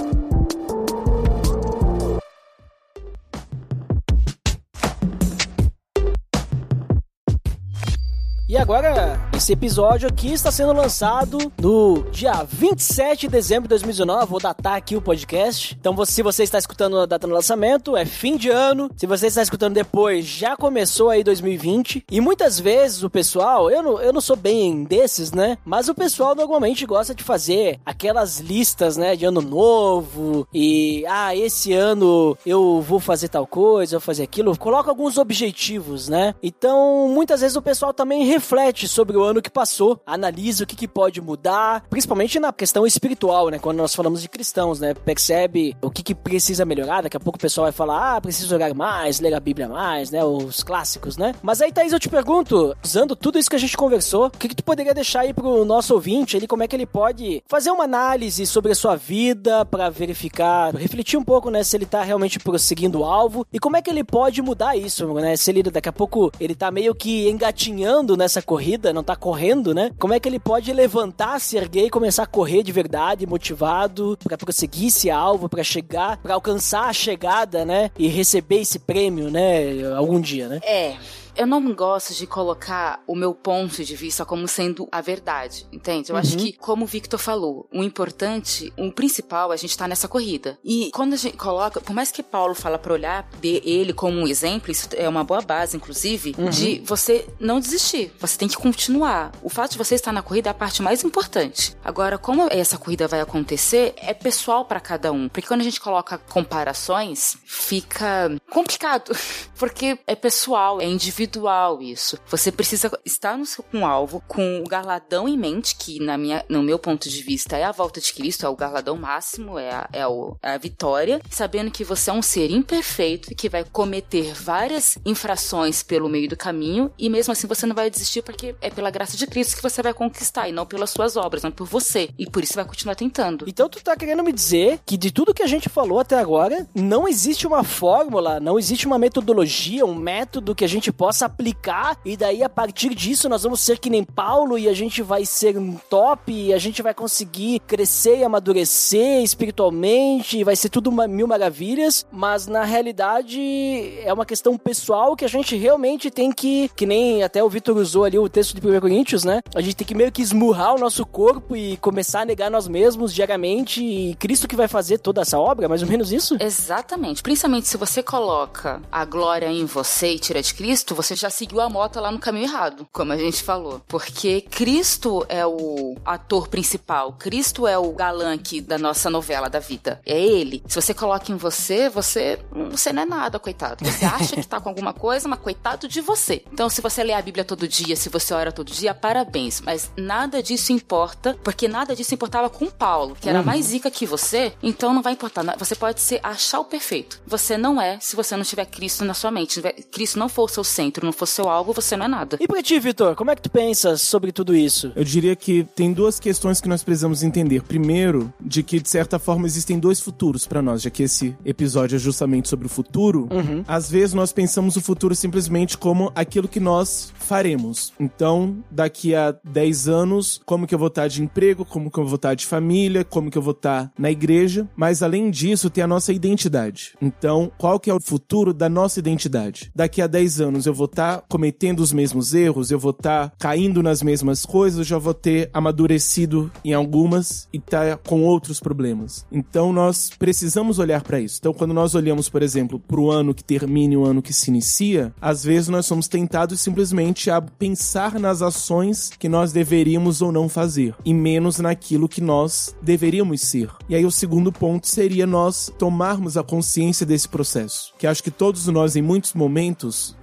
E agora, esse episódio aqui está sendo lançado no dia 27 de dezembro de 2019, vou datar aqui o podcast. Então, se você está escutando a data do lançamento, é fim de ano. Se você está escutando depois, já começou aí 2020. E muitas vezes o pessoal, eu não sou bem desses, né? Mas o pessoal normalmente gosta de fazer aquelas listas, né, de ano novo. E, esse ano eu vou fazer tal coisa, eu vou fazer aquilo. Coloca alguns objetivos, né? Então, muitas vezes o pessoal também reflete sobre o ano que passou, analisa o que pode mudar, principalmente na questão espiritual, né? Quando nós falamos de cristãos, né? Percebe o que precisa melhorar. Daqui a pouco o pessoal vai falar, preciso orar mais, ler a Bíblia mais, né? Os clássicos, né? Mas aí, Thaís, eu te pergunto, usando tudo isso que a gente conversou, o que tu poderia deixar aí pro nosso ouvinte, ele, como é que ele pode fazer uma análise sobre a sua vida pra verificar, refletir um pouco, né? Se ele tá realmente prosseguindo o alvo e como é que ele pode mudar isso, né? Se ele, daqui a pouco, ele tá meio que engatinhando nessa corrida, não tá correndo, né? Como é que ele pode levantar, se erguer e começar a correr de verdade, motivado, pra prosseguir esse alvo, pra chegar, pra alcançar a chegada, né? E receber esse prêmio, né? Algum dia, né? Eu não gosto de colocar o meu ponto de vista como sendo a verdade, entende? Eu acho que, como o Victor falou, o importante, o principal, é a gente tá nessa corrida. E quando a gente coloca, por mais que Paulo fala pra olhar ele como um exemplo, isso é uma boa base, inclusive, de você não desistir. Você tem que continuar. O fato de você estar na corrida é a parte mais importante. Agora, como essa corrida vai acontecer, é pessoal pra cada um. Porque quando a gente coloca comparações, fica complicado. Porque é pessoal, é individual isso. Você precisa estar com um alvo, com o galardão em mente, que no meu ponto de vista é a volta de Cristo, é o galardão máximo, é a vitória, sabendo que você é um ser imperfeito e que vai cometer várias infrações pelo meio do caminho, e mesmo assim você não vai desistir, porque é pela graça de Cristo que você vai conquistar, e não pelas suas obras, não por você, e por isso vai continuar tentando. Então tu tá querendo me dizer que de tudo que a gente falou até agora, não existe uma fórmula, não existe uma metodologia, um método que a gente possa aplicar, e daí a partir disso nós vamos ser que nem Paulo e a gente vai ser um top e a gente vai conseguir crescer e amadurecer espiritualmente e vai ser tudo mil maravilhas, mas na realidade é uma questão pessoal que a gente realmente tem que nem até o Victor usou ali o texto de 1 Coríntios, né? A gente tem que meio que esmurrar o nosso corpo e começar a negar nós mesmos diariamente, e Cristo que vai fazer toda essa obra, mais ou menos isso? Exatamente, principalmente se você coloca a glória em você e tira de Cristo, você já seguiu a moto lá no caminho errado, como a gente falou. Porque Cristo é o ator principal, Cristo é o galã aqui da nossa novela da vida. É ele. Se você coloca em você não é nada, coitado. Você acha que tá com alguma coisa, mas coitado de você. Então, se você lê a Bíblia todo dia, se você ora todo dia, parabéns. Mas nada disso importa, porque nada disso importava com Paulo, que era mais zica que você, então não vai importar. Você pode achar o perfeito. Você não é, se você não tiver Cristo na sua mente. Cristo não for o seu centro, não for seu alvo, você não é nada. E pra ti, Victor, como é que tu pensas sobre tudo isso? Eu diria que tem duas questões que nós precisamos entender. Primeiro, de que de certa forma existem dois futuros pra nós, já que esse episódio é justamente sobre o futuro. Às vezes nós pensamos o futuro simplesmente como aquilo que nós faremos. Então, daqui a 10 anos, como que eu vou estar de emprego, como que eu vou estar de família, como que eu vou estar na igreja. Mas além disso, tem a nossa identidade. Então, qual que é o futuro da nossa identidade? Daqui a 10 anos eu vou estar cometendo os mesmos erros, eu vou estar caindo nas mesmas coisas, eu já vou ter amadurecido em algumas e estar com outros problemas. Então nós precisamos olhar para isso. Então quando nós olhamos, por exemplo, para o ano que termina e o ano que se inicia, às vezes nós somos tentados simplesmente a pensar nas ações que nós deveríamos ou não fazer, e menos naquilo que nós deveríamos ser. E aí o segundo ponto seria nós tomarmos a consciência desse processo, que acho que todos nós, em muitos momentos, quando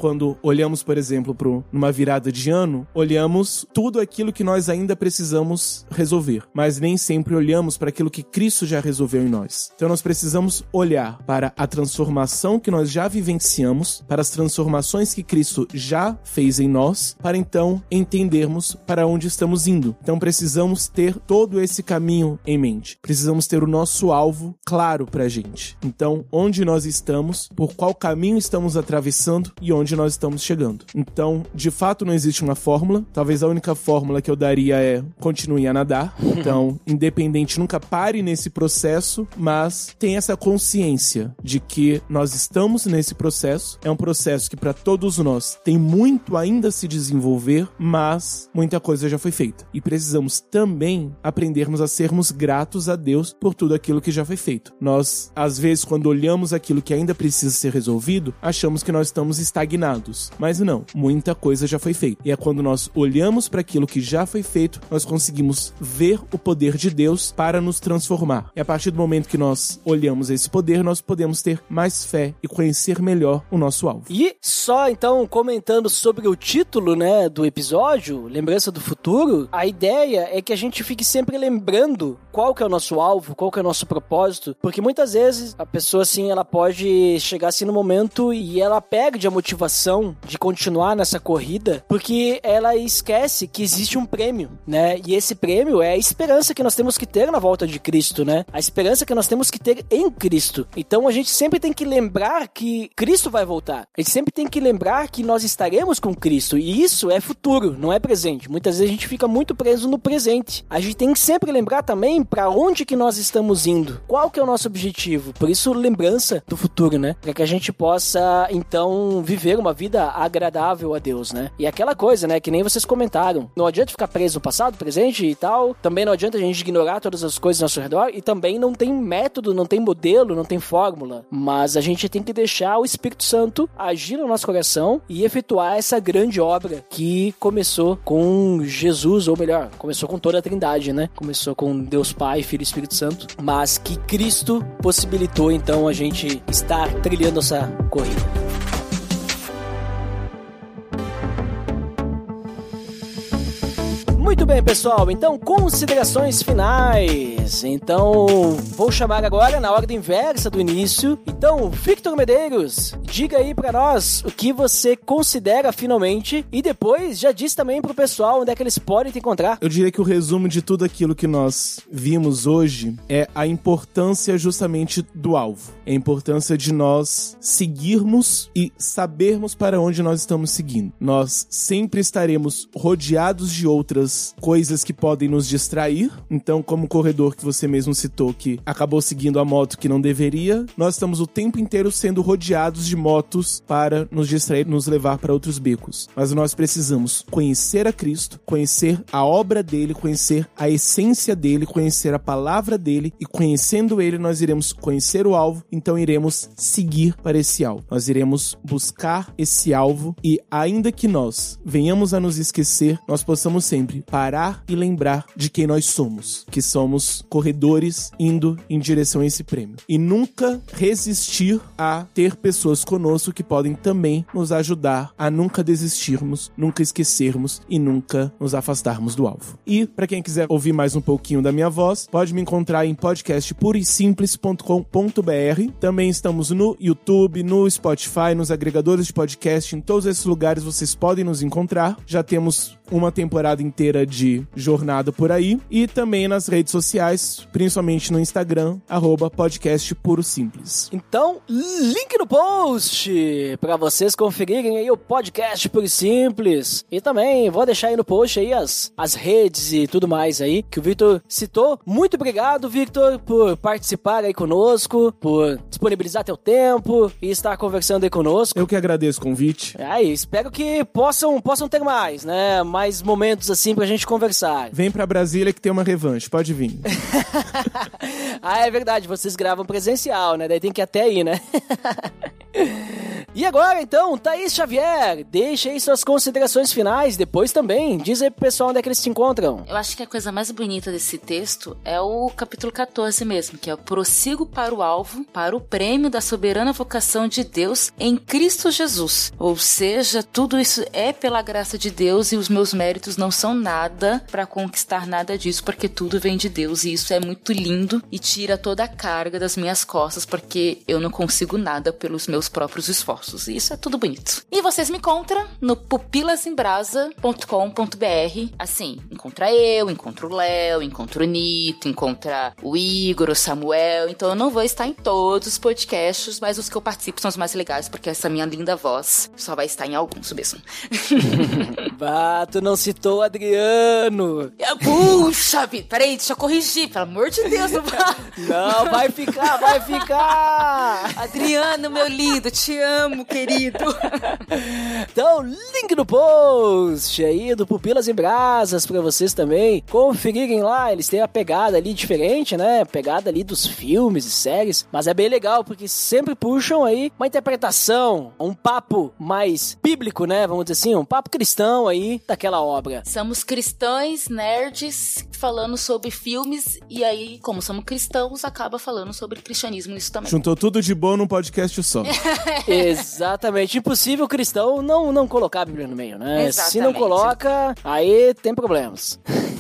olhamos, por exemplo, numa virada de ano, olhamos tudo aquilo que nós ainda precisamos resolver, mas nem sempre olhamos para aquilo que Cristo já resolveu em nós. Então nós precisamos olhar para a transformação que nós já vivenciamos, para as transformações que Cristo já fez em nós, para então entendermos para onde estamos indo. Então precisamos ter todo esse caminho em mente. Precisamos ter o nosso alvo claro pra gente. Então, onde nós estamos, por qual caminho estamos atravessando e onde nós estamos chegando. Então, de fato, não existe uma fórmula. Talvez a única fórmula que eu daria é continue a nadar. Então, independente, nunca pare nesse processo, mas tenha essa consciência de que nós estamos nesse processo. É um processo que para todos nós tem muito ainda a se desenvolver, mas muita coisa já foi feita. E precisamos também aprendermos a sermos gratos a Deus por tudo aquilo que já foi feito. Nós, às vezes, quando olhamos aquilo que ainda precisa ser resolvido, achamos que nós estamos estagnados. Mas não, muita coisa já foi feita. E é quando nós olhamos para aquilo que já foi feito, nós conseguimos ver o poder de Deus para nos transformar. E a partir do momento que nós olhamos esse poder, nós podemos ter mais fé e conhecer melhor o nosso alvo. E só, então, comentando sobre o título, né, do episódio, Lembrança do Futuro, a ideia é que a gente fique sempre lembrando qual que é o nosso alvo, qual que é o nosso propósito, porque muitas vezes a pessoa, assim, ela pode chegar assim no momento e ela perde a motivação de continuar nessa corrida, porque ela esquece que existe um prêmio, né, e esse prêmio é a esperança que nós temos que ter na volta de Cristo, né, a esperança que nós temos que ter em Cristo. Então a gente sempre tem que lembrar que Cristo vai voltar, a gente sempre tem que lembrar que nós estaremos com Cristo, e isso é futuro, não é presente. Muitas vezes a gente fica muito preso no presente. A gente tem que sempre lembrar também para onde que nós estamos indo, qual que é o nosso objetivo. Por isso, lembrança do futuro, né? Para que a gente possa, então, viver uma vida agradável a Deus, né? E aquela coisa, né? Que nem vocês comentaram. Não adianta ficar preso no passado, presente e tal. Também não adianta a gente ignorar todas as coisas ao nosso redor. E também não tem método, não tem modelo, não tem fórmula. Mas a gente tem que deixar o Espírito Santo agir no nosso coração e efetuar essa grande obra que começou com Jesus, ou melhor, começou com toda a Trindade, né? Começou com Deus Pai, Filho e Espírito Santo, mas que Cristo possibilitou, então, a gente estar trilhando essa corrida. Muito bem, pessoal, então considerações finais. Então, vou chamar agora na ordem inversa do início. Então, Victor Medeiros, diga aí pra nós o que você considera finalmente e depois já diz também pro pessoal onde é que eles podem te encontrar. Eu diria que o resumo de tudo aquilo que nós vimos hoje é a importância justamente do alvo. É a importância de nós seguirmos e sabermos para onde nós estamos seguindo. Nós sempre estaremos rodeados de outras coisas que podem nos distrair. Então, como o corredor que você mesmo citou, que acabou seguindo a moto que não deveria, nós estamos o tempo inteiro sendo rodeados de motos para nos distrair, nos levar para outros becos. Mas nós precisamos conhecer a Cristo, conhecer a obra dele, conhecer a essência dele, conhecer a palavra dele, e conhecendo ele nós iremos conhecer o alvo, então iremos seguir para esse alvo. Nós iremos buscar esse alvo e ainda que nós venhamos a nos esquecer, nós possamos sempre parar e lembrar de quem nós somos, que somos corredores indo em direção a esse prêmio. E nunca resistir a ter pessoas conosco que podem também nos ajudar a nunca desistirmos, nunca esquecermos e nunca nos afastarmos do alvo. E, para quem quiser ouvir mais um pouquinho da minha voz, pode me encontrar em podcastpurosimples.com.br. Também estamos no YouTube, no Spotify, nos agregadores de podcast, em todos esses lugares vocês podem nos encontrar. Já temos uma temporada inteira de jornada por aí, e também nas redes sociais, principalmente no Instagram, @podcastpurosimples. Então, link no post para vocês conferirem aí o podcast Puro e Simples, e também vou deixar aí no post aí as redes e tudo mais aí que o Victor citou. Muito obrigado, Victor, por participar aí conosco, por disponibilizar teu tempo e estar conversando aí conosco. Eu que agradeço o convite. Espero que possam ter mais, né? Mais momentos assim pra gente conversar. Vem pra Brasília que tem uma revanche, pode vir. É verdade, vocês gravam presencial, né? Daí tem que ir até aí, né? E agora, então, Thaís Xavier, deixa aí suas considerações finais, depois também, diz aí pro pessoal onde é que eles te encontram. Eu acho que a coisa mais bonita desse texto é o capítulo 14 mesmo, que é o prossigo para o alvo, para o prêmio da soberana vocação de Deus em Cristo Jesus. Ou seja, tudo isso é pela graça de Deus e os meus méritos não são nada para conquistar nada disso, porque tudo vem de Deus e isso é muito lindo e tira toda a carga das minhas costas, porque eu não consigo nada pelos meus próprios esforços. E isso é tudo bonito. E vocês me encontram no pupilasembrasa.com.br. Assim, encontra eu, encontra o Léo, encontra o Nito, encontra o Igor, o Samuel. Então eu não vou estar em todos os podcasts, mas os que eu participo são os mais legais, porque essa minha linda voz só vai estar em alguns mesmo. Bah, tu não citou o Adriano. Puxa vida, peraí, deixa eu corrigir, pelo amor de Deus. Não, vai ficar, vai ficar. Adriano, meu lindo, te amo, querido. Então, link no post aí do Pupilas em Brasas pra vocês também conferirem lá. Eles têm a pegada ali diferente, né? A pegada ali dos filmes e séries, mas é bem legal porque sempre puxam aí uma interpretação, um papo mais bíblico, né? Vamos dizer assim, um papo cristão aí daquela obra. Somos cristãos, nerds, falando sobre filmes e aí, como somos cristãos, acaba falando sobre cristianismo nisso também. Juntou tudo de bom num podcast só. Exatamente. Impossível cristão não colocar a Bíblia no meio, né? Exatamente. Se não coloca, aí tem problemas.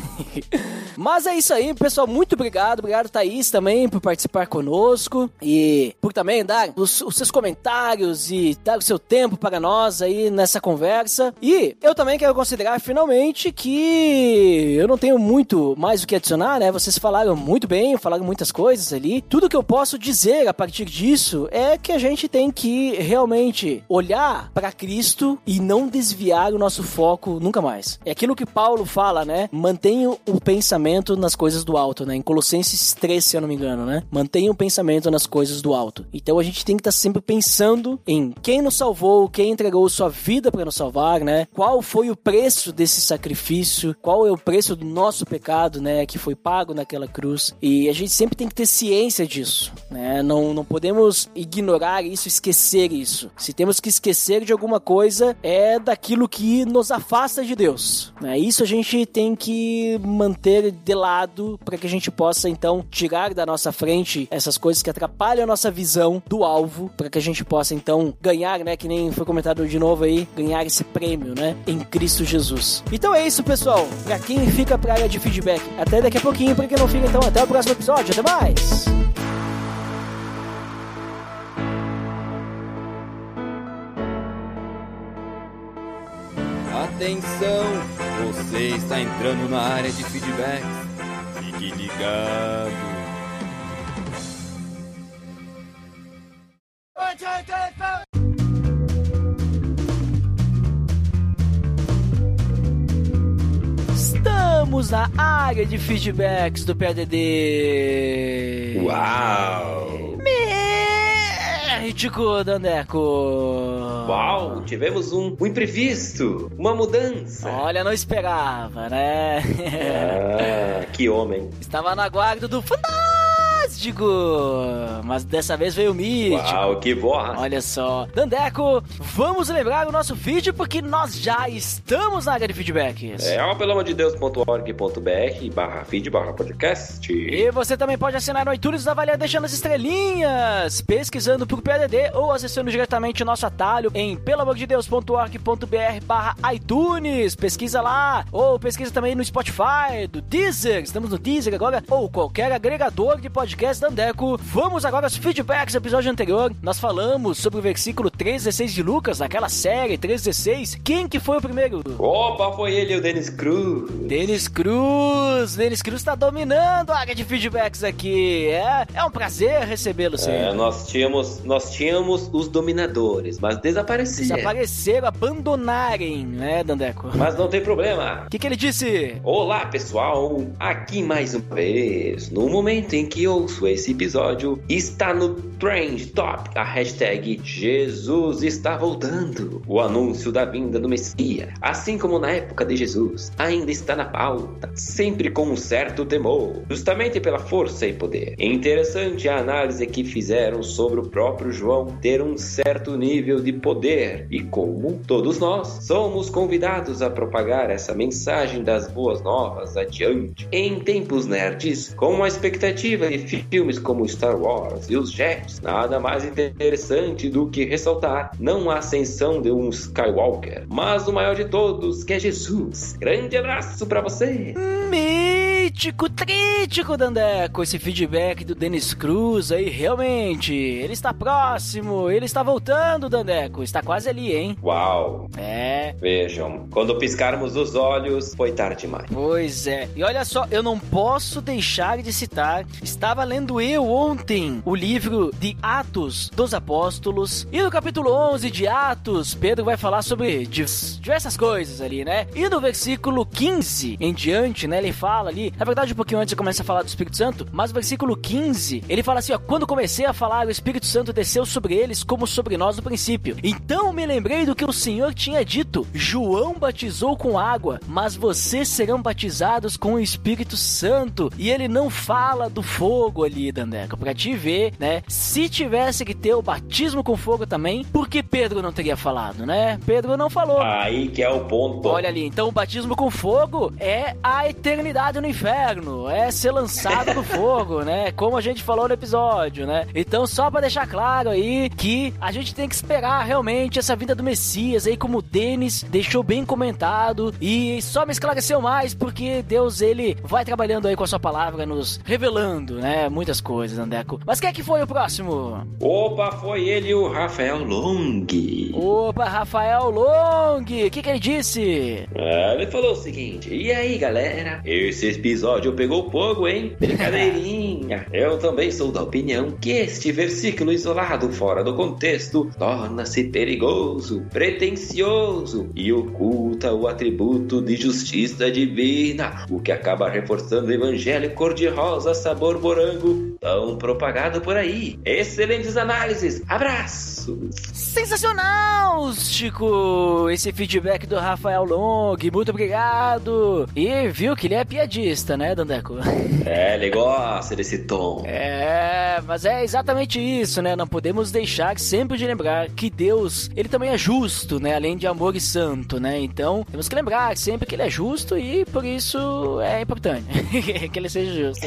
Mas é isso aí, pessoal. Muito obrigado. Obrigado, Thaís, também, por participar conosco e por também dar os seus comentários e dar o seu tempo para nós aí nessa conversa. E eu também quero considerar, finalmente, que eu não tenho muito mais o que adicionar, né? Vocês falaram muito bem, falaram muitas coisas ali. Tudo que eu posso dizer a partir disso é que a gente tem que realmente olhar para Cristo e não desviar o nosso foco nunca mais. É aquilo que Paulo fala, né? Mantenha o pensamento nas coisas do alto, né? Em Colossenses 3, se eu não me engano, né? Mantenha o pensamento nas coisas do alto. Então a gente tem que estar sempre pensando em quem nos salvou, quem entregou sua vida para nos salvar, né? Qual foi o preço desse sacrifício? Qual é o preço do nosso pecado, né? Que foi pago naquela cruz. E a gente sempre tem que ter ciência disso, né? Não podemos ignorar isso, esquecer isso. Se temos que esquecer de alguma coisa, é daquilo que nos afasta de Deus, né? Isso a gente tem que manter de lado para que a gente possa, então, tirar da nossa frente essas coisas que atrapalham a nossa visão do alvo, para que a gente possa, então, ganhar, né? Que nem foi comentado de novo aí, ganhar esse prêmio, né? Em Cristo Jesus. Então é isso, pessoal. Pra quem fica pra área de feedback, até daqui a pouquinho. Pra quem não fica, então, até o próximo episódio. Até mais! Atenção, você está entrando na área de feedbacks. Fique ligado. Estamos na área de feedbacks do PADD. Uau! Mítico, Dandeco. Uau, tivemos um imprevisto, uma mudança. Olha, não esperava, né? Ah, que homem. Estava na guarda do fantástico, mas dessa vez veio o mítico. Uau, que voz. Olha só. Dandeco, vamos lembrar o nosso feed porque nós já estamos na área de feedbacks. É, pelo amor de Deus.org.br/feed/podcast. E você também pode assinar no iTunes, avaliar deixando as estrelinhas, pesquisando por PADD ou acessando diretamente o nosso atalho em pelamordedeus.org.br/iTunes. Pesquisa lá, ou pesquisa também no Spotify, do Deezer, estamos no Deezer agora, ou qualquer agregador de podcast Dandeco. Vamos agora aos feedbacks do episódio anterior. Nós falamos sobre o versículo 3:16 de Lucas, naquela série 3:16. Quem que foi o primeiro? Opa, foi ele, o Dennis Cruz. Dennis Cruz tá dominando a área de feedbacks aqui. É um prazer recebê-lo, senhor. Nós tínhamos os dominadores, mas desapareceram, abandonarem, né, Dandeco? Mas não tem problema. O que ele disse? Olá, pessoal, aqui mais uma vez. No momento em que eu conosco. Esse episódio está no Trend Topic, a hashtag Jesus está voltando. O anúncio da vinda do Messias, assim como na época de Jesus, ainda está na pauta, sempre com um certo temor, justamente pela força e poder. Interessante a análise que fizeram sobre o próprio João ter um certo nível de poder e como todos nós somos convidados a propagar essa mensagem das boas novas adiante. Em tempos nerds, com a expectativa de filmes como Star Wars e os Jets, nada mais interessante do que ressaltar não a ascensão de um Skywalker, mas o maior de todos, que é Jesus. Grande abraço pra você! Mítico, trítico, Dandeco, esse feedback do Dennis Cruz aí, realmente, ele está próximo, ele está voltando, Dandeco, está quase ali, hein? Uau! É. Vejam, quando piscarmos os olhos, foi tarde demais. Pois é, e olha só, eu não posso deixar de citar, estava lendo eu ontem o livro de Atos dos Apóstolos, e no capítulo 11 de Atos, Pedro vai falar sobre diversas coisas ali, né? E no versículo 15 em diante, né, ele fala ali, na verdade um pouquinho antes ele começa a falar do Espírito Santo, mas o versículo 15, ele fala assim, ó, quando comecei a falar, o Espírito Santo desceu sobre eles como sobre nós no princípio. Então me lembrei do que o Senhor tinha dito, João batizou com água, mas vocês serão batizados com o Espírito Santo. E ele não fala do fogo ali, Dandeco, pra te ver, né, se tivesse que ter o batismo com fogo também, por que Pedro não teria falado, né? Pedro não falou. Aí que é o ponto. Olha ali, então o batismo com fogo é a eternidade no inferno, é ser lançado no fogo, né? Como a gente falou no episódio, né? Então, só pra deixar claro aí que a gente tem que esperar realmente essa vinda do Messias aí, como o Denis deixou bem comentado, e só me esclareceu mais porque Deus, ele vai trabalhando aí com a sua palavra, nos revelando, né? Muitas coisas, Andeco. Mas quem é que foi o próximo? Opa, foi ele, o Rafael Long. Opa, Rafael Long, o que ele disse? Ele falou o seguinte, e aí galera, esse episódio pegou fogo, hein? Brincadeirinha. Eu também sou da opinião que este versículo isolado fora do contexto torna-se perigoso, pretensioso e oculta o atributo de justiça divina, o que acaba reforçando o evangelho cor-de-rosa sabor morango tão propagado por aí. Excelentes análises, abraços! Sensacional, Chico! Esse feedback do Rafael Long, muito obrigado! E viu que ele é piadista, né, Dandeco? Ele gosta desse tom. Mas é exatamente isso, né? Não podemos deixar sempre de lembrar que Deus, ele também é justo, né? Além de amor e santo, né? Então, temos que lembrar sempre que ele é justo e por isso é importante que ele seja justo.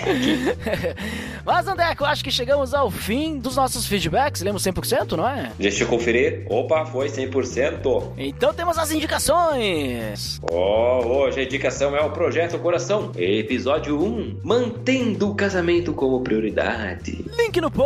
Mas, Dandeco, acho que chegamos ao fim dos nossos feedbacks. Lemos 100%, não é? Deixa eu conferir. Opa, foi 100%. Então temos as indicações. Hoje a indicação é o Projeto Coração, episódio 1, mantendo o casamento como prioridade. Link no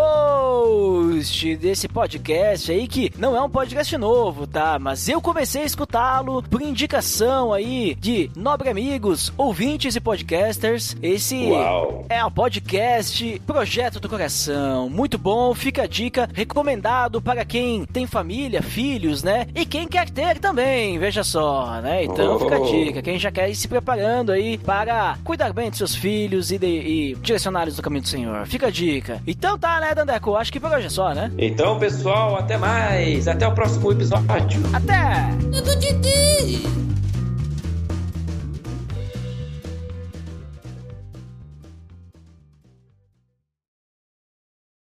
post desse podcast aí, que não é um podcast novo, tá? Mas eu comecei a escutá-lo por indicação aí de nobre amigos, ouvintes e podcasters. Esse é o podcast Projeto do Coração. Muito bom, fica a dica, recomendado para quem tem família, filhos, né? E quem quer ter também, veja só, né? Então fica a dica, quem já quer ir se preparando aí para cuidar bem dos seus filhos e direcioná-los no caminho do Senhor. Fica a dica. Então tá, né, Dandeco? Acho que por hoje é só, né? Então, pessoal, até mais. Até o próximo episódio. Até! Tudo de ti.